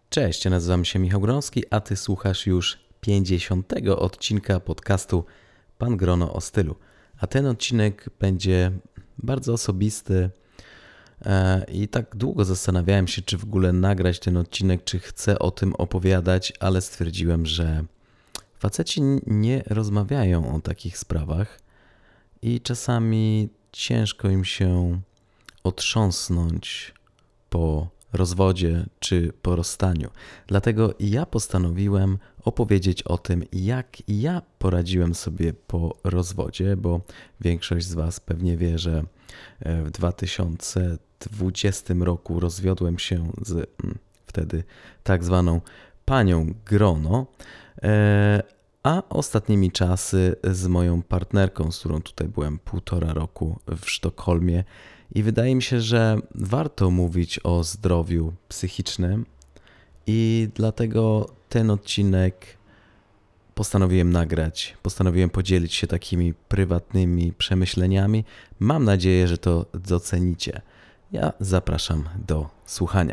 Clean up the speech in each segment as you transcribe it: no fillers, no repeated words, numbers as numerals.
Cześć, ja nazywam się Michał Gronowski, a ty słuchasz już 50. odcinka podcastu Pan Grono o stylu. A ten odcinek będzie bardzo osobisty i tak długo zastanawiałem się, czy w ogóle nagrać ten odcinek, czy chcę o tym opowiadać, ale stwierdziłem, że faceci nie rozmawiają o takich sprawach i czasami ciężko im się otrząsnąć po rozwodzie czy po rozstaniu. Dlatego ja postanowiłem opowiedzieć o tym, jak ja poradziłem sobie po rozwodzie, bo większość z Was pewnie wie, że w 2020 roku rozwiodłem się z wtedy tak zwaną panią Grono, a ostatnimi czasy z moją partnerką, z którą tutaj byłem 1,5 roku w Sztokholmie. I wydaje mi się, że warto mówić o zdrowiu psychicznym i dlatego ten odcinek postanowiłem nagrać. Postanowiłem podzielić się takimi prywatnymi przemyśleniami. Mam nadzieję, że to docenicie. Ja zapraszam do słuchania.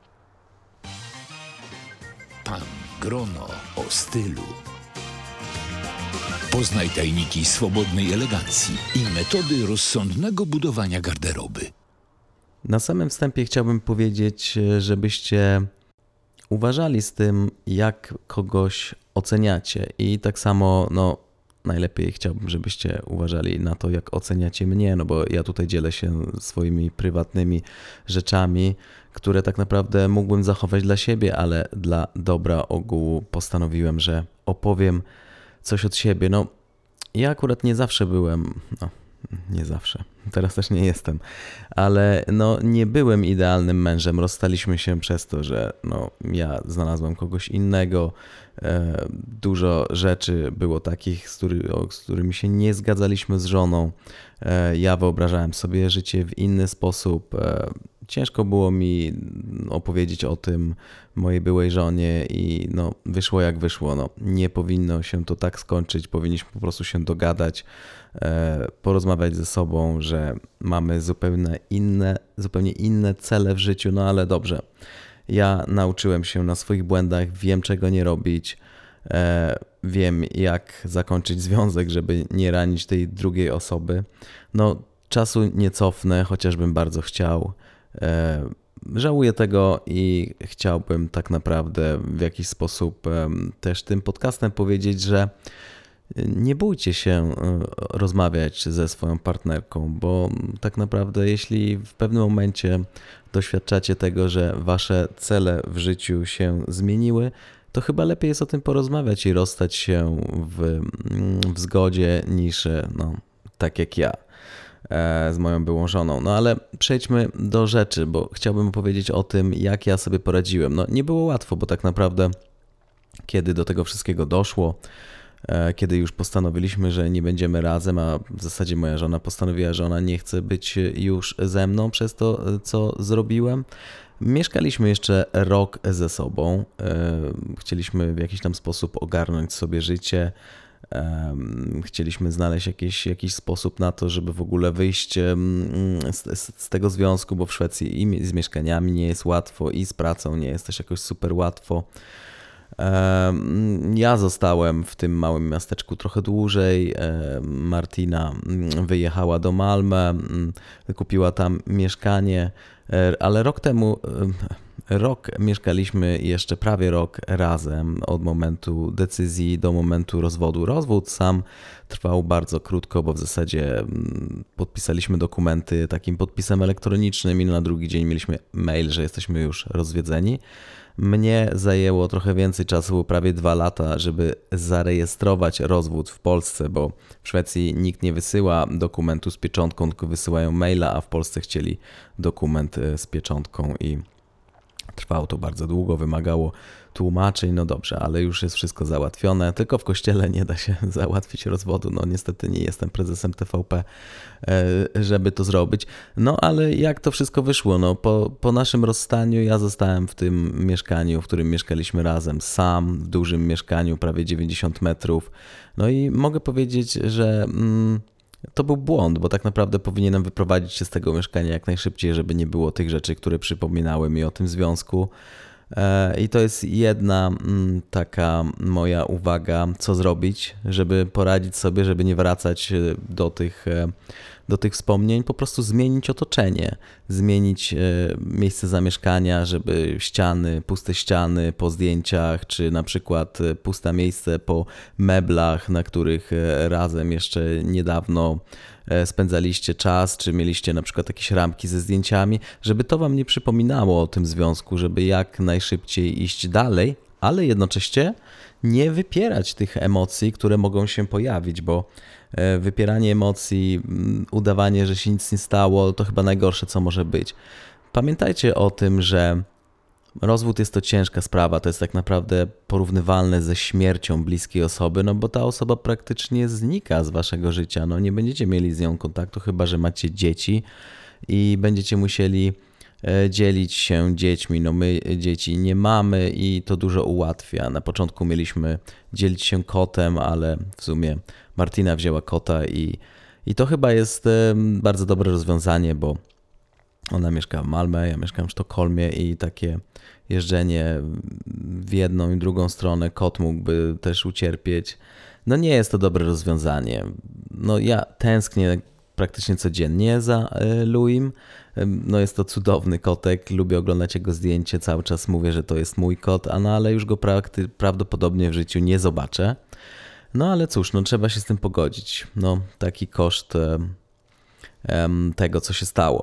Pan Grono o stylu. Poznaj tajniki swobodnej elegancji i metody rozsądnego budowania garderoby. Na samym wstępie chciałbym powiedzieć, żebyście uważali z tym, jak kogoś oceniacie i tak samo, najlepiej chciałbym, żebyście uważali na to, jak oceniacie mnie, bo ja tutaj dzielę się swoimi prywatnymi rzeczami, które tak naprawdę mógłbym zachować dla siebie, ale dla dobra ogółu postanowiłem, że opowiem coś od siebie. Ja akurat nie zawsze byłem, nie zawsze, teraz też nie jestem, ale nie byłem idealnym mężem. Rozstaliśmy się przez to, że ja znalazłem kogoś innego. Dużo rzeczy było takich, z którymi się nie zgadzaliśmy z żoną. Ja wyobrażałem sobie życie w inny sposób. Ciężko było mi opowiedzieć o tym mojej byłej żonie i wyszło jak wyszło. Nie powinno się to tak skończyć, powinniśmy po prostu się dogadać, porozmawiać ze sobą, że mamy zupełnie inne cele w życiu, ale dobrze. Ja nauczyłem się na swoich błędach, wiem czego nie robić, wiem jak zakończyć związek, żeby nie ranić tej drugiej osoby. Czasu nie cofnę, chociażbym bardzo chciał. Żałuję tego i chciałbym tak naprawdę w jakiś sposób też tym podcastem powiedzieć, że nie bójcie się rozmawiać ze swoją partnerką, bo tak naprawdę jeśli w pewnym momencie doświadczacie tego, że wasze cele w życiu się zmieniły, to chyba lepiej jest o tym porozmawiać i rozstać się w zgodzie niż tak jak ja z moją byłą żoną. Ale przejdźmy do rzeczy, bo chciałbym opowiedzieć o tym, jak ja sobie poradziłem. Nie było łatwo, bo tak naprawdę kiedy do tego wszystkiego doszło, kiedy już postanowiliśmy, że nie będziemy razem, a w zasadzie moja żona postanowiła, że ona nie chce być już ze mną przez to, co zrobiłem. Mieszkaliśmy jeszcze rok ze sobą. Chcieliśmy w jakiś tam sposób ogarnąć sobie życie. Chcieliśmy znaleźć jakiś sposób na to, żeby w ogóle wyjść z tego związku, bo w Szwecji i z mieszkaniami nie jest łatwo i z pracą nie jest też jakoś super łatwo. Ja zostałem w tym małym miasteczku trochę dłużej. Martina wyjechała do Malmö, kupiła tam mieszkanie, ale rok mieszkaliśmy jeszcze prawie rok razem od momentu decyzji do momentu rozwodu. Rozwód sam trwał bardzo krótko, bo w zasadzie podpisaliśmy dokumenty takim podpisem elektronicznym i na drugi dzień mieliśmy mail, że jesteśmy już rozwiedzeni. Mnie zajęło trochę więcej czasu, prawie 2 lata, żeby zarejestrować rozwód w Polsce, bo w Szwecji nikt nie wysyła dokumentu z pieczątką, tylko wysyłają maila, a w Polsce chcieli dokument z pieczątką i trwało to bardzo długo, wymagało tłumaczeń, dobrze, ale już jest wszystko załatwione, tylko w kościele nie da się załatwić rozwodu, niestety nie jestem prezesem TVP, żeby to zrobić, ale jak to wszystko wyszło, po naszym rozstaniu ja zostałem w tym mieszkaniu, w którym mieszkaliśmy razem, sam, w dużym mieszkaniu, prawie 90 metrów, i mogę powiedzieć, że to był błąd, bo tak naprawdę powinienem wyprowadzić się z tego mieszkania jak najszybciej, żeby nie było tych rzeczy, które przypominały mi o tym związku. I to jest jedna taka moja uwaga, co zrobić, żeby poradzić sobie, żeby nie wracać do tych wspomnień, po prostu zmienić otoczenie, zmienić miejsce zamieszkania, żeby puste ściany po zdjęciach, czy na przykład puste miejsce po meblach, na których razem jeszcze niedawno spędzaliście czas, czy mieliście na przykład jakieś ramki ze zdjęciami, żeby to wam nie przypominało o tym związku, żeby jak najszybciej iść dalej, ale jednocześnie nie wypierać tych emocji, które mogą się pojawić, bo wypieranie emocji, udawanie, że się nic nie stało, to chyba najgorsze, co może być. Pamiętajcie o tym, że rozwód jest to ciężka sprawa, to jest tak naprawdę porównywalne ze śmiercią bliskiej osoby, no bo ta osoba praktycznie znika z waszego życia, no nie będziecie mieli z nią kontaktu, chyba że macie dzieci i będziecie musieli dzielić się dziećmi. No my dzieci nie mamy i to dużo ułatwia. Na początku mieliśmy dzielić się kotem, ale w sumie Martina wzięła kota i to chyba jest bardzo dobre rozwiązanie, bo ona mieszka w Malmö, ja mieszkam w Sztokholmie i takie jeżdżenie w jedną i drugą stronę, kot mógłby też ucierpieć. No nie jest to dobre rozwiązanie. No ja tęsknię praktycznie codziennie za Louim. No jest to cudowny kotek, lubię oglądać jego zdjęcie, cały czas mówię, że to jest mój kot, ale już go prawdopodobnie w życiu nie zobaczę. No ale cóż, no trzeba się z tym pogodzić. No taki koszt tego, co się stało.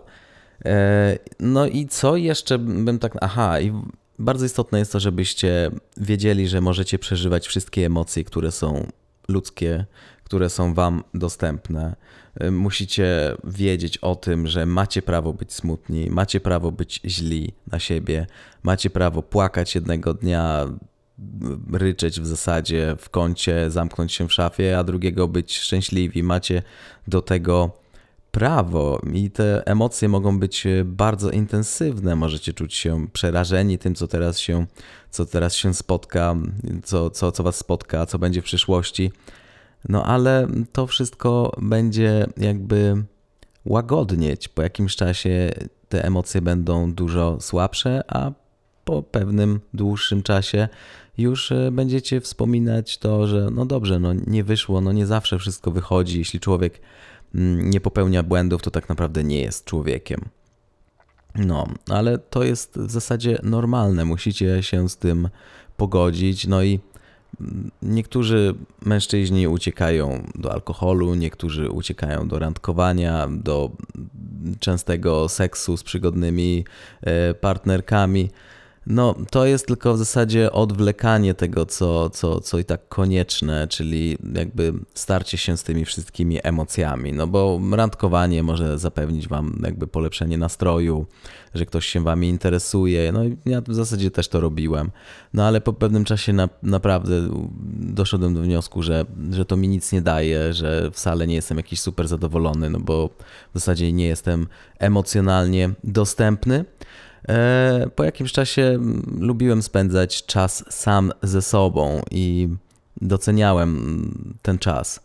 No i co jeszcze bym tak... i bardzo istotne jest to, żebyście wiedzieli, że możecie przeżywać wszystkie emocje, które są ludzkie, które są wam dostępne. Musicie wiedzieć o tym, że macie prawo być smutni, macie prawo być źli na siebie, macie prawo płakać jednego dnia, ryczeć w zasadzie w kącie, zamknąć się w szafie, a drugiego być szczęśliwi. Macie do tego prawo i te emocje mogą być bardzo intensywne. Możecie czuć się przerażeni tym, co teraz się spotka, co was spotka, co będzie w przyszłości. No ale to wszystko będzie jakby łagodnieć. Po jakimś czasie te emocje będą dużo słabsze, a po pewnym dłuższym czasie już będziecie wspominać to, że no dobrze, no nie wyszło, no nie zawsze wszystko wychodzi. Jeśli człowiek nie popełnia błędów, to tak naprawdę nie jest człowiekiem. No, ale to jest w zasadzie normalne. Musicie się z tym pogodzić. No i niektórzy mężczyźni uciekają do alkoholu, niektórzy uciekają do randkowania, do częstego seksu z przygodnymi partnerkami. No, to jest tylko w zasadzie odwlekanie tego, co i tak konieczne, czyli jakby starcie się z tymi wszystkimi emocjami, no bo randkowanie może zapewnić wam jakby polepszenie nastroju, że ktoś się wami interesuje, no i ja w zasadzie też to robiłem, no ale po pewnym czasie naprawdę doszedłem do wniosku, że to mi nic nie daje, że wcale nie jestem jakiś super zadowolony, no bo w zasadzie nie jestem emocjonalnie dostępny. Po jakimś czasie lubiłem spędzać czas sam ze sobą i doceniałem ten czas.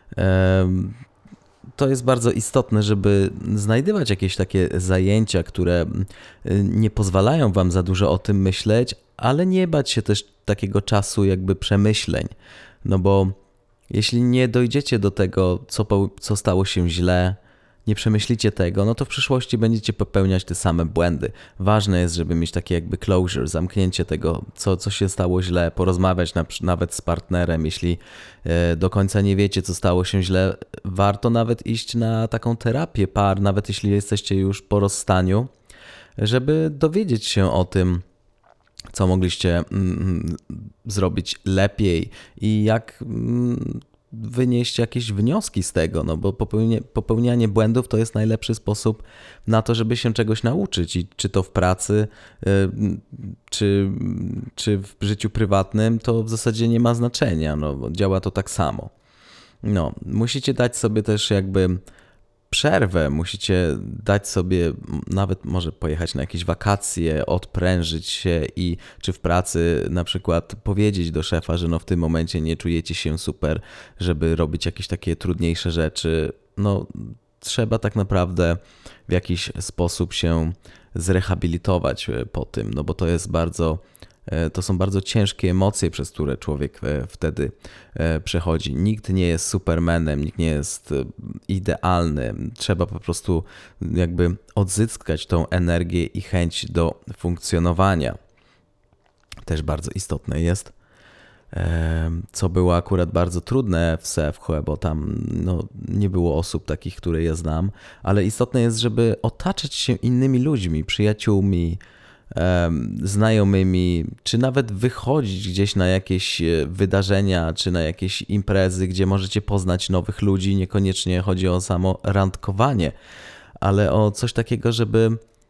To jest bardzo istotne, żeby znajdywać jakieś takie zajęcia, które nie pozwalają wam za dużo o tym myśleć, ale nie bać się też takiego czasu jakby przemyśleń. No bo jeśli nie dojdziecie do tego, co stało się źle, nie przemyślicie tego, no to w przyszłości będziecie popełniać te same błędy. Ważne jest, żeby mieć takie jakby closure, zamknięcie tego, co się stało źle, porozmawiać nawet z partnerem. Jeśli do końca nie wiecie, co stało się źle, warto nawet iść na taką terapię par, nawet jeśli jesteście już po rozstaniu, żeby dowiedzieć się o tym, co mogliście zrobić lepiej i jak wynieść jakieś wnioski z tego, no bo popełnianie błędów to jest najlepszy sposób na to, żeby się czegoś nauczyć i czy to w pracy, czy w życiu prywatnym, to w zasadzie nie ma znaczenia, no bo działa to tak samo. No, musicie dać sobie też jakby przerwę, musicie dać sobie, nawet może pojechać na jakieś wakacje, odprężyć się i czy w pracy na przykład powiedzieć do szefa, że no w tym momencie nie czujecie się super, żeby robić jakieś takie trudniejsze rzeczy. No trzeba tak naprawdę w jakiś sposób się zrehabilitować po tym, no bo to są bardzo ciężkie emocje, przez które człowiek wtedy przechodzi. Nikt nie jest supermanem, nikt nie jest idealny. Trzeba po prostu jakby odzyskać tą energię i chęć do funkcjonowania. Też bardzo istotne jest, co było akurat bardzo trudne w Sewchłe, bo tam nie było osób takich, które ja znam, ale istotne jest, żeby otaczać się innymi ludźmi, przyjaciółmi, znajomymi, czy nawet wychodzić gdzieś na jakieś wydarzenia, czy na jakieś imprezy, gdzie możecie poznać nowych ludzi. Niekoniecznie chodzi o samo randkowanie, ale o coś takiego, żeby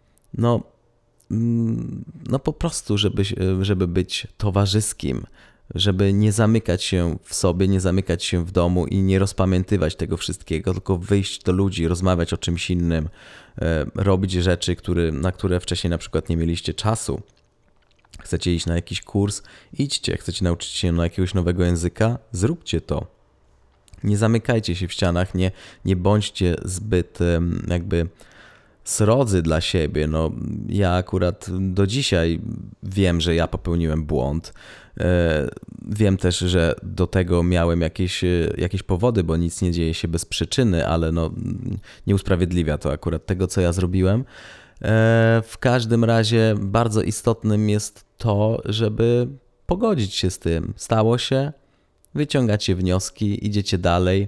po prostu, żeby być towarzyskim, żeby nie zamykać się w sobie, nie zamykać się w domu i nie rozpamiętywać tego wszystkiego, tylko wyjść do ludzi, rozmawiać o czymś innym, robić rzeczy, na które wcześniej na przykład nie mieliście czasu. Chcecie iść na jakiś kurs? Idźcie. Chcecie nauczyć się jakiegoś nowego języka? Zróbcie to. Nie zamykajcie się w ścianach, nie bądźcie zbyt jakby srodzy dla siebie. Ja akurat do dzisiaj wiem, że ja popełniłem błąd. Wiem też, że do tego miałem jakieś powody, bo nic nie dzieje się bez przyczyny, ale nie usprawiedliwia to akurat tego, co ja zrobiłem. W każdym razie bardzo istotnym jest to, żeby pogodzić się z tym. Stało się, wyciągacie wnioski, idziecie dalej.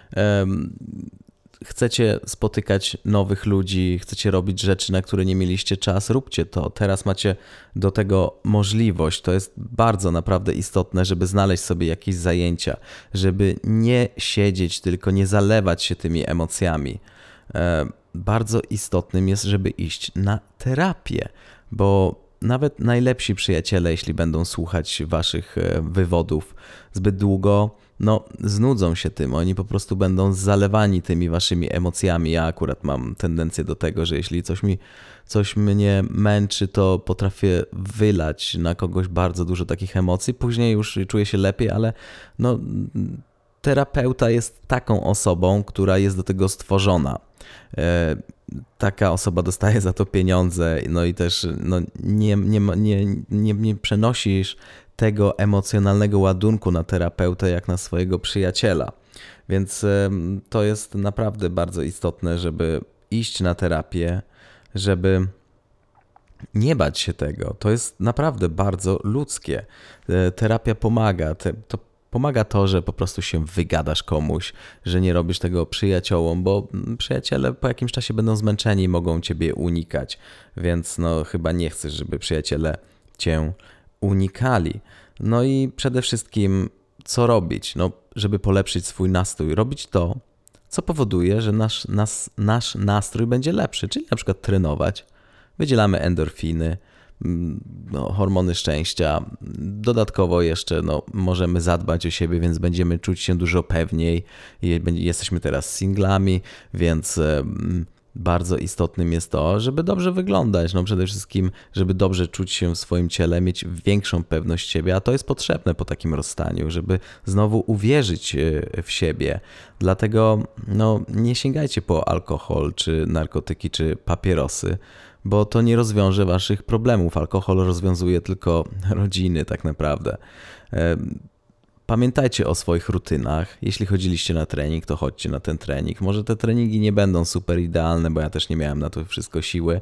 Chcecie spotykać nowych ludzi, chcecie robić rzeczy, na które nie mieliście czas, róbcie to. Teraz macie do tego możliwość. To jest bardzo naprawdę istotne, żeby znaleźć sobie jakieś zajęcia, żeby nie siedzieć, tylko nie zalewać się tymi emocjami. Bardzo istotnym jest, żeby iść na terapię, bo nawet najlepsi przyjaciele, jeśli będą słuchać waszych wywodów zbyt długo, znudzą się tym, oni po prostu będą zalewani tymi waszymi emocjami. Ja akurat mam tendencję do tego, że jeśli coś mnie męczy, to potrafię wylać na kogoś bardzo dużo takich emocji. Później już czuję się lepiej, ale terapeuta jest taką osobą, która jest do tego stworzona. Taka osoba dostaje za to pieniądze, i też nie przenosisz tego emocjonalnego ładunku na terapeutę jak na swojego przyjaciela. Więc to jest naprawdę bardzo istotne, żeby iść na terapię, żeby nie bać się tego. To jest naprawdę bardzo ludzkie. Terapia pomaga. Pomaga to, że po prostu się wygadasz komuś, że nie robisz tego przyjaciołom, bo przyjaciele po jakimś czasie będą zmęczeni i mogą ciebie unikać, więc chyba nie chcesz, żeby przyjaciele cię unikali. I przede wszystkim co robić? Żeby polepszyć swój nastrój. Robić to, co powoduje, że nasz nastrój będzie lepszy, czyli na przykład trenować. Wydzielamy endorfiny, hormony szczęścia. Dodatkowo jeszcze możemy zadbać o siebie, więc będziemy czuć się dużo pewniej. Jesteśmy teraz singlami, więc bardzo istotnym jest to, żeby dobrze wyglądać. Przede wszystkim, żeby dobrze czuć się w swoim ciele, mieć większą pewność siebie, a to jest potrzebne po takim rozstaniu, żeby znowu uwierzyć w siebie. Dlatego nie sięgajcie po alkohol, czy narkotyki, czy papierosy, bo to nie rozwiąże waszych problemów. Alkohol rozwiązuje tylko rodziny tak naprawdę. Pamiętajcie o swoich rutynach. Jeśli chodziliście na trening, to chodźcie na ten trening. Może te treningi nie będą super idealne, bo ja też nie miałem na to wszystko siły,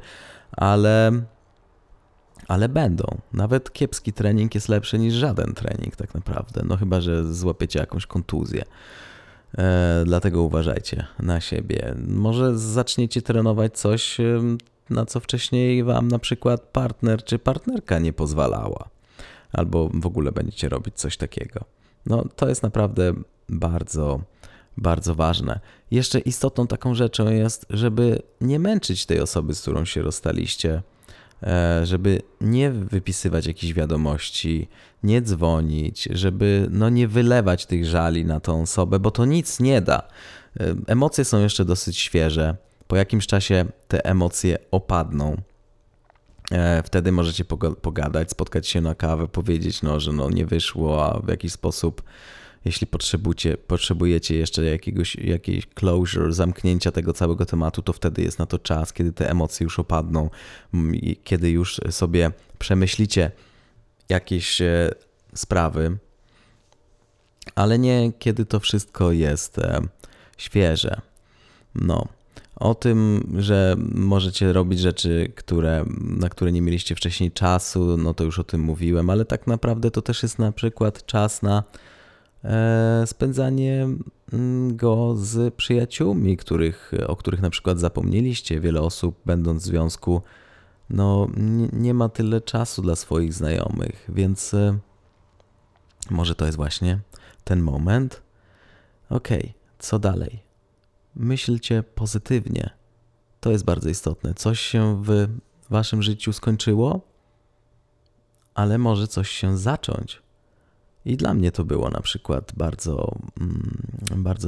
ale będą. Nawet kiepski trening jest lepszy niż żaden trening tak naprawdę. Chyba że złapiecie jakąś kontuzję. Dlatego uważajcie na siebie. Może zaczniecie trenować coś, na co wcześniej wam na przykład partner czy partnerka nie pozwalała. Albo w ogóle będziecie robić coś takiego. To jest naprawdę bardzo, bardzo ważne. Jeszcze istotną taką rzeczą jest, żeby nie męczyć tej osoby, z którą się rozstaliście, żeby nie wypisywać jakichś wiadomości, nie dzwonić, żeby nie wylewać tych żali na tą osobę, bo to nic nie da. Emocje są jeszcze dosyć świeże. Po jakimś czasie te emocje opadną. Wtedy możecie pogadać, spotkać się na kawę, powiedzieć, że nie wyszło, a w jakiś sposób Jeśli potrzebujecie jeszcze jakiejś closure, zamknięcia tego całego tematu, to wtedy jest na to czas, kiedy te emocje już opadną, kiedy już sobie przemyślicie jakieś sprawy, ale nie kiedy to wszystko jest świeże. No, o tym, że możecie robić rzeczy, na które nie mieliście wcześniej czasu, no to już o tym mówiłem, ale tak naprawdę to też jest na przykład czas na spędzanie go z przyjaciółmi, o których na przykład zapomnieliście. Wiele osób, będąc w związku, no nie ma tyle czasu dla swoich znajomych, więc może to jest właśnie ten moment. Okej, co dalej? Myślcie pozytywnie. To jest bardzo istotne. Coś się w waszym życiu skończyło, ale może coś się zacząć. I dla mnie to było na przykład bardzo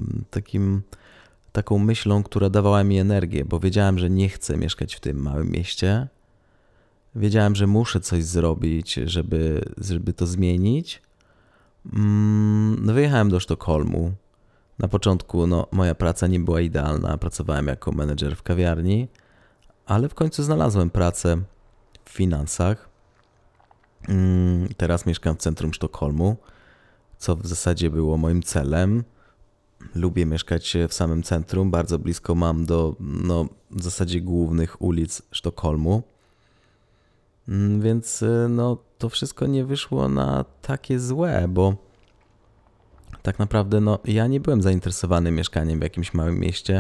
taką myślą, która dawała mi energię, bo wiedziałem, że nie chcę mieszkać w tym małym mieście. Wiedziałem, że muszę coś zrobić, żeby to zmienić. No, wyjechałem do Sztokholmu. Na początku moja praca nie była idealna. Pracowałem jako menedżer w kawiarni, ale w końcu znalazłem pracę w finansach. Teraz mieszkam w centrum Sztokholmu, co w zasadzie było moim celem. Lubię mieszkać w samym centrum, bardzo blisko mam do w zasadzie głównych ulic Sztokholmu. Więc to wszystko nie wyszło na takie złe, bo tak naprawdę ja nie byłem zainteresowany mieszkaniem w jakimś małym mieście.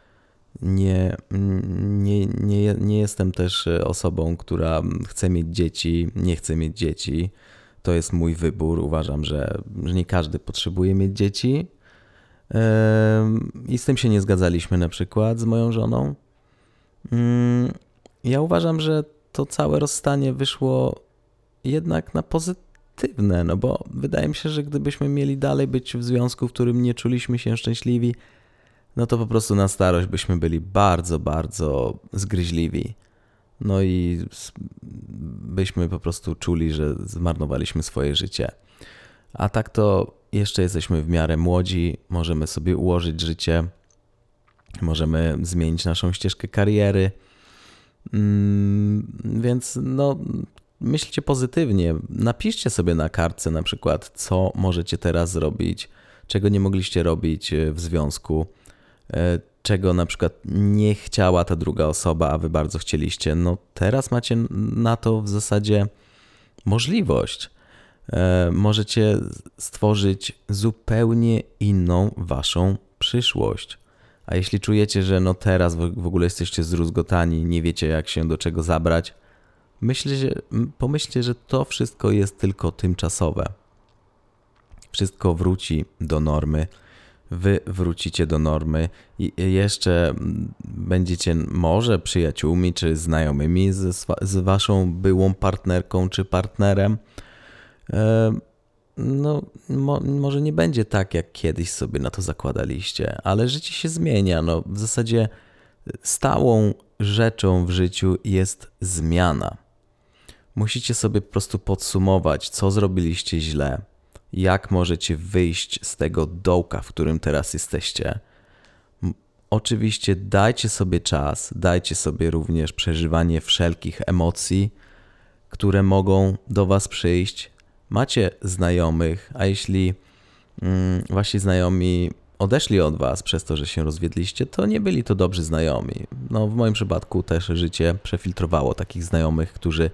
Nie jestem też osobą, która chce mieć dzieci, nie chce mieć dzieci. To jest mój wybór. Uważam, że nie każdy potrzebuje mieć dzieci. I z tym się nie zgadzaliśmy na przykład z moją żoną. Ja uważam, że to całe rozstanie wyszło jednak na pozytywne, no bo wydaje mi się, że gdybyśmy mieli dalej być w związku, w którym nie czuliśmy się szczęśliwi, no to po prostu na starość byśmy byli bardzo, bardzo zgryźliwi. No i byśmy po prostu czuli, że zmarnowaliśmy swoje życie. A tak to jeszcze jesteśmy w miarę młodzi, możemy sobie ułożyć życie, możemy zmienić naszą ścieżkę kariery. Więc myślcie pozytywnie. Napiszcie sobie na kartce na przykład, co możecie teraz zrobić, czego nie mogliście robić w związku, czego na przykład nie chciała ta druga osoba, a wy bardzo chcieliście. No teraz macie na to w zasadzie możliwość. Możecie stworzyć zupełnie inną waszą przyszłość. A jeśli czujecie, że teraz w ogóle jesteście zdruzgotani, nie wiecie jak się do czego zabrać, pomyślcie, że to wszystko jest tylko tymczasowe. Wszystko wróci do normy. Wy wrócicie do normy i jeszcze będziecie może przyjaciółmi czy znajomymi z waszą byłą partnerką czy partnerem. Może nie będzie tak, jak kiedyś sobie na to zakładaliście, ale życie się zmienia. W zasadzie stałą rzeczą w życiu jest zmiana. Musicie sobie po prostu podsumować, co zrobiliście źle, jak możecie wyjść z tego dołka, w którym teraz jesteście. Oczywiście dajcie sobie czas, dajcie sobie również przeżywanie wszelkich emocji, które mogą do was przyjść. Macie znajomych, a jeśli wasi znajomi odeszli od was przez to, że się rozwiedliście, to nie byli to dobrzy znajomi. W moim przypadku też życie przefiltrowało takich znajomych, którzy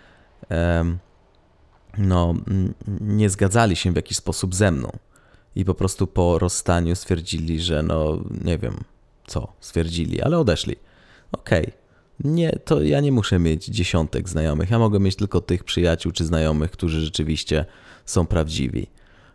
nie zgadzali się w jakiś sposób ze mną i po prostu po rozstaniu stwierdzili, że nie wiem co stwierdzili, ale odeszli. Okej. Nie, to ja nie muszę mieć dziesiątek znajomych, ja mogę mieć tylko tych przyjaciół czy znajomych, którzy rzeczywiście są prawdziwi.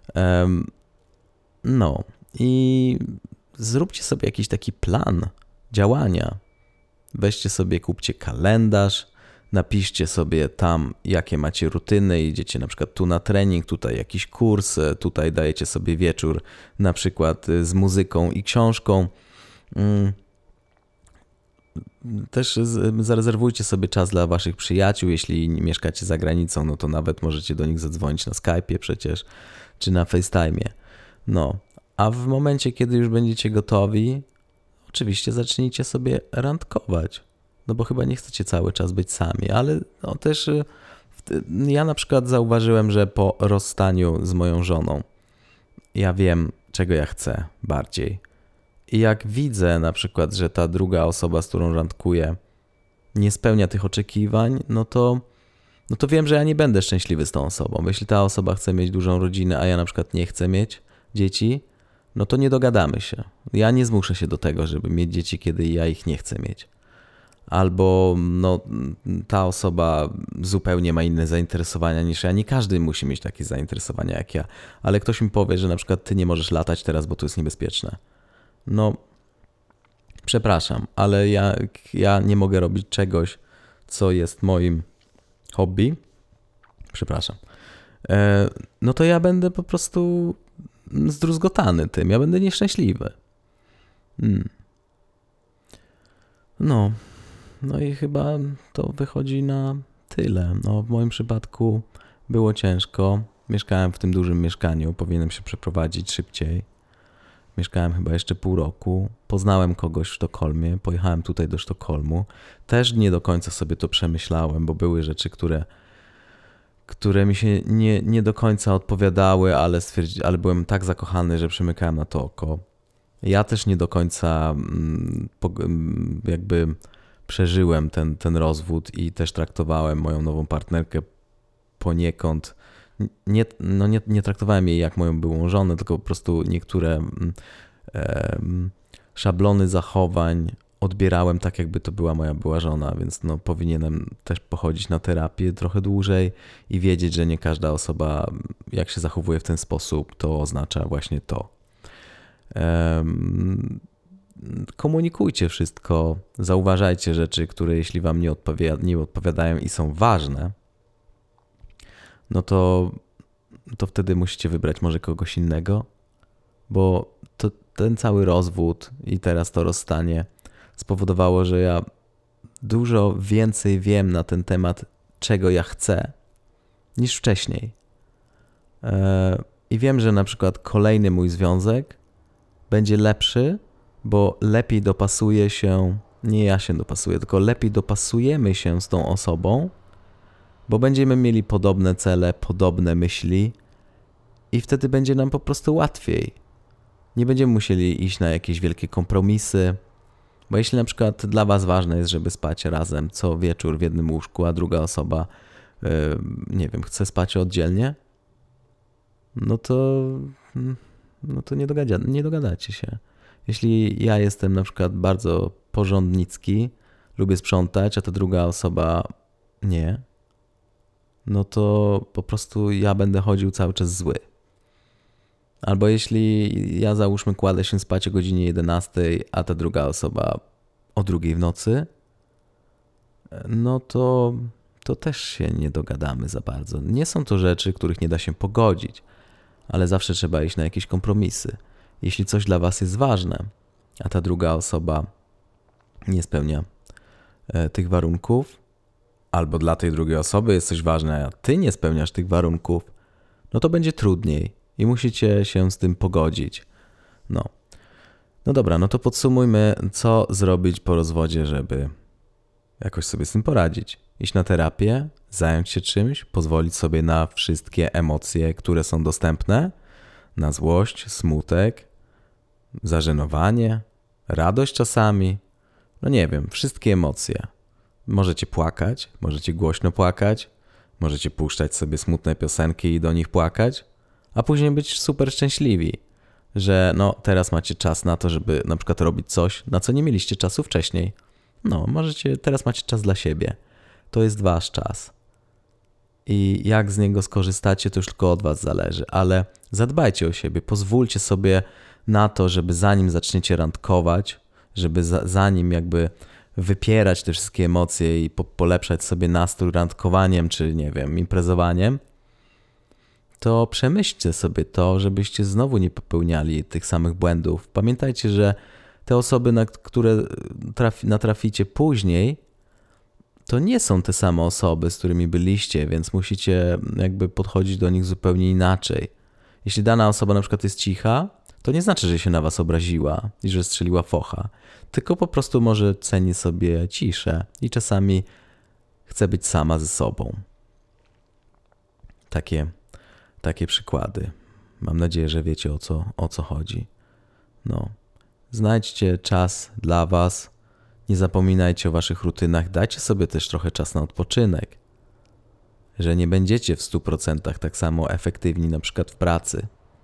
I zróbcie sobie jakiś taki plan działania. Weźcie sobie, kupcie kalendarz, napiszcie sobie tam, jakie macie rutyny, idziecie na przykład tu na trening, tutaj jakiś kurs, tutaj dajecie sobie wieczór na przykład z muzyką i książką. też zarezerwujcie sobie czas dla waszych przyjaciół. Jeśli mieszkacie za granicą, no to nawet możecie do nich zadzwonić na Skype'ie przecież, czy na FaceTime'ie. No, a w momencie, kiedy już będziecie gotowi, oczywiście zacznijcie sobie randkować. No bo chyba nie chcecie cały czas być sami, ale no też ja na przykład zauważyłem, że po rozstaniu z moją żoną ja wiem, czego ja chcę bardziej. I jak widzę na przykład, że ta druga osoba, z którą randkuję, nie spełnia tych oczekiwań, no to wiem, że ja nie będę szczęśliwy z tą osobą. Bo jeśli ta osoba chce mieć dużą rodzinę, a ja na przykład nie chcę mieć dzieci, no to nie dogadamy się. Ja nie zmuszę się do tego, żeby mieć dzieci, kiedy ja ich nie chcę mieć. Albo no, ta osoba zupełnie ma inne zainteresowania niż ja. Nie każdy musi mieć takie zainteresowania jak ja. Ale ktoś mi powie, że na przykład ty nie możesz latać teraz, bo to jest niebezpieczne. No, przepraszam, ale ja nie mogę robić czegoś, co jest moim hobby. Przepraszam. No to ja będę po prostu zdruzgotany tym. Ja będę nieszczęśliwy. No i chyba to wychodzi na tyle. No, w moim przypadku było ciężko. Mieszkałem w tym dużym mieszkaniu. Powinienem się przeprowadzić szybciej. Mieszkałem chyba jeszcze pół roku. Poznałem kogoś w Sztokholmie. Pojechałem tutaj do Sztokholmu. Też nie do końca sobie to przemyślałem, bo były rzeczy, które mi się nie do końca odpowiadały, ale byłem tak zakochany, że przymykałem na to oko. Ja też nie do końca jakby przeżyłem ten rozwód i też traktowałem moją nową partnerkę poniekąd. Nie traktowałem jej jak moją byłą żonę, tylko po prostu niektóre szablony zachowań odbierałem tak, jakby to była moja była żona, więc no, powinienem też pochodzić na terapię trochę dłużej i wiedzieć, że nie każda osoba, jak się zachowuje w ten sposób, to oznacza właśnie to. Komunikujcie wszystko, zauważajcie rzeczy, które jeśli wam nie odpowiadają i są ważne, no to wtedy musicie wybrać może kogoś innego, bo ten cały rozwód i teraz to rozstanie spowodowało, że ja dużo więcej wiem na ten temat, czego ja chcę, niż wcześniej. I wiem, że na przykład kolejny mój związek będzie lepszy, bo lepiej dopasuje się, nie ja się dopasuję, tylko lepiej dopasujemy się z tą osobą, bo będziemy mieli podobne cele, podobne myśli i wtedy będzie nam po prostu łatwiej. Nie będziemy musieli iść na jakieś wielkie kompromisy, bo jeśli na przykład dla was ważne jest, żeby spać razem co wieczór w jednym łóżku, a druga osoba, chce spać oddzielnie, no to nie dogadacie się. Jeśli ja jestem na przykład bardzo porządnicki, lubię sprzątać, a ta druga osoba nie, no to po prostu ja będę chodził cały czas zły. Albo jeśli ja załóżmy kładę się spać o godzinie 11, a ta druga osoba o 2 w nocy, no to też się nie dogadamy za bardzo. Nie są to rzeczy, których nie da się pogodzić, ale zawsze trzeba iść na jakieś kompromisy. Jeśli coś dla was jest ważne, a ta druga osoba nie spełnia tych warunków, albo dla tej drugiej osoby jest coś ważne, a ty nie spełniasz tych warunków, no to będzie trudniej i musicie się z tym pogodzić. No dobra, no to podsumujmy, co zrobić po rozwodzie, żeby jakoś sobie z tym poradzić. Iść na terapię, zająć się czymś, pozwolić sobie na wszystkie emocje, które są dostępne, na złość, smutek, zażenowanie, radość czasami, no nie wiem, wszystkie emocje. Możecie płakać, możecie głośno płakać, możecie puszczać sobie smutne piosenki i do nich płakać, a później być super szczęśliwi, że no teraz macie czas na to, żeby na przykład robić coś, na co nie mieliście czasu wcześniej. Teraz macie czas dla siebie. To jest wasz czas. I jak z niego skorzystacie, to już tylko od was zależy, ale zadbajcie o siebie, pozwólcie sobie na to, żeby zanim zaczniecie randkować, żeby zanim jakby wypierać te wszystkie emocje i polepszać sobie nastrój randkowaniem, czy nie wiem, imprezowaniem, to przemyślcie sobie to, żebyście znowu nie popełniali tych samych błędów. Pamiętajcie, że te osoby, na które natraficie później, to nie są te same osoby, z którymi byliście, więc musicie jakby podchodzić do nich zupełnie inaczej. Jeśli dana osoba na przykład jest cicha, to nie znaczy, że się na was obraziła i że strzeliła focha, tylko po prostu może ceni sobie ciszę i czasami chce być sama ze sobą. Takie przykłady. Mam nadzieję, że wiecie o co chodzi. No. Znajdźcie czas dla was. Nie zapominajcie o waszych rutynach. Dajcie sobie też trochę czas na odpoczynek. Że nie będziecie w 100% tak samo efektywni na przykład w pracy.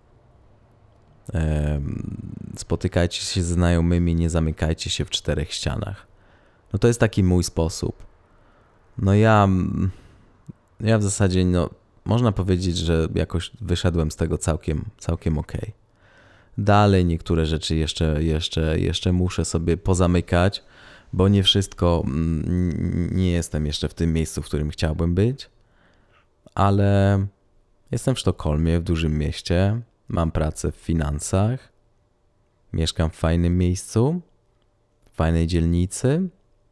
Spotykajcie się ze znajomymi, nie zamykajcie się w 4 ścianach. No to jest taki mój sposób. No ja w zasadzie, można powiedzieć, że jakoś wyszedłem z tego całkiem okej. Dalej niektóre rzeczy jeszcze muszę sobie pozamykać, bo nie wszystko, nie jestem jeszcze w tym miejscu, w którym chciałbym być, ale jestem w Sztokholmie, w dużym mieście, mam pracę w finansach, mieszkam w fajnym miejscu, w fajnej dzielnicy.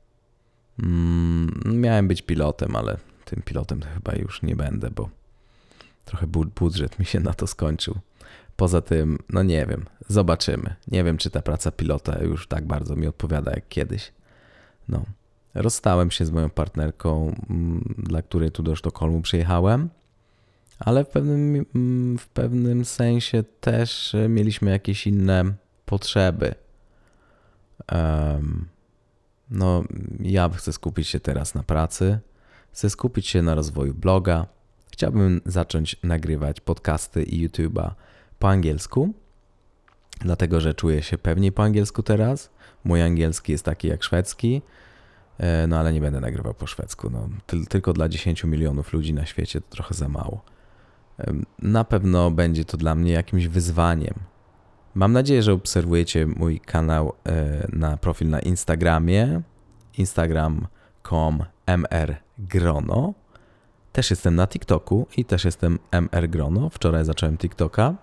Miałem być pilotem, ale tym pilotem to chyba już nie będę, bo trochę budżet mi się na to skończył. Poza tym, nie wiem, zobaczymy. Nie wiem, czy ta praca pilota już tak bardzo mi odpowiada jak kiedyś. Rozstałem się z moją partnerką, dla której tu do Sztokholmu przyjechałem, ale w pewnym sensie też mieliśmy jakieś inne potrzeby. Ja chcę skupić się teraz na pracy, chcę skupić się na rozwoju bloga. Chciałbym zacząć nagrywać podcasty i YouTube'a po angielsku, dlatego że czuję się pewniej po angielsku teraz. Mój angielski jest taki jak szwedzki, ale nie będę nagrywał po szwedzku. Tylko dla 10 milionów ludzi na świecie to trochę za mało. Na pewno będzie to dla mnie jakimś wyzwaniem. Mam nadzieję, że obserwujecie mój kanał na profil na Instagramie, instagram.com mrgrono. Też jestem na TikToku i też jestem mrgrono. Wczoraj zacząłem TikToka,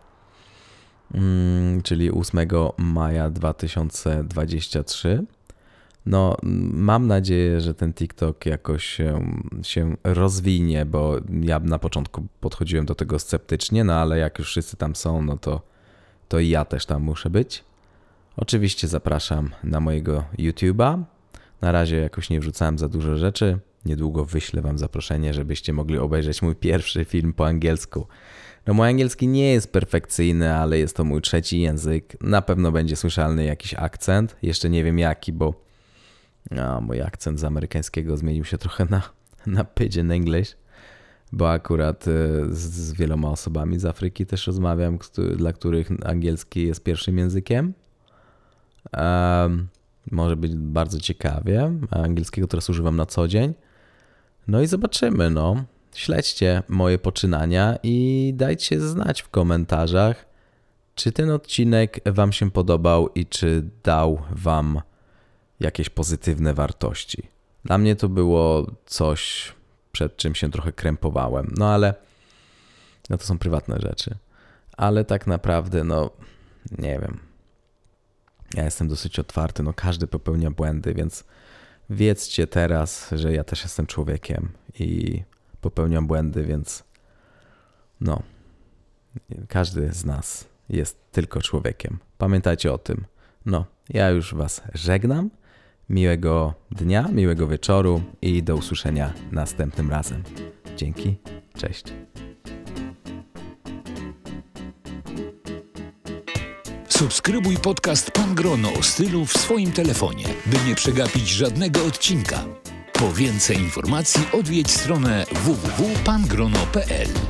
czyli 8 maja 2023. Mam nadzieję, że ten TikTok jakoś się rozwinie, bo ja na początku podchodziłem do tego sceptycznie, ale jak już wszyscy tam są, to i ja też tam muszę być. Oczywiście zapraszam na mojego YouTube'a. Na razie jakoś nie wrzucałem za dużo rzeczy. Niedługo wyślę wam zaproszenie, żebyście mogli obejrzeć mój pierwszy film po angielsku. Mój angielski nie jest perfekcyjny, ale jest to mój trzeci język. Na pewno będzie słyszalny jakiś akcent. Jeszcze nie wiem jaki, bo mój akcent z amerykańskiego zmienił się trochę na pidgin English, bo akurat z wieloma osobami z Afryki też rozmawiam, dla których angielski jest pierwszym językiem. Może być bardzo ciekawie. Angielskiego teraz używam na co dzień. I zobaczymy, Śledźcie moje poczynania i dajcie znać w komentarzach, czy ten odcinek wam się podobał i czy dał wam jakieś pozytywne wartości. Dla mnie to było coś, przed czym się trochę krępowałem. Ale to są prywatne rzeczy. Ale tak naprawdę, nie wiem. Ja jestem dosyć otwarty, każdy popełnia błędy, więc wiedzcie teraz, że ja też jestem człowiekiem i popełniam błędy, więc każdy z nas jest tylko człowiekiem. Pamiętajcie o tym. Ja już was żegnam. Miłego dnia, miłego wieczoru i do usłyszenia następnym razem. Dzięki, cześć. Subskrybuj podcast Pan Grono o stylu w swoim telefonie, by nie przegapić żadnego odcinka. Po więcej informacji odwiedź stronę www.pangrono.pl.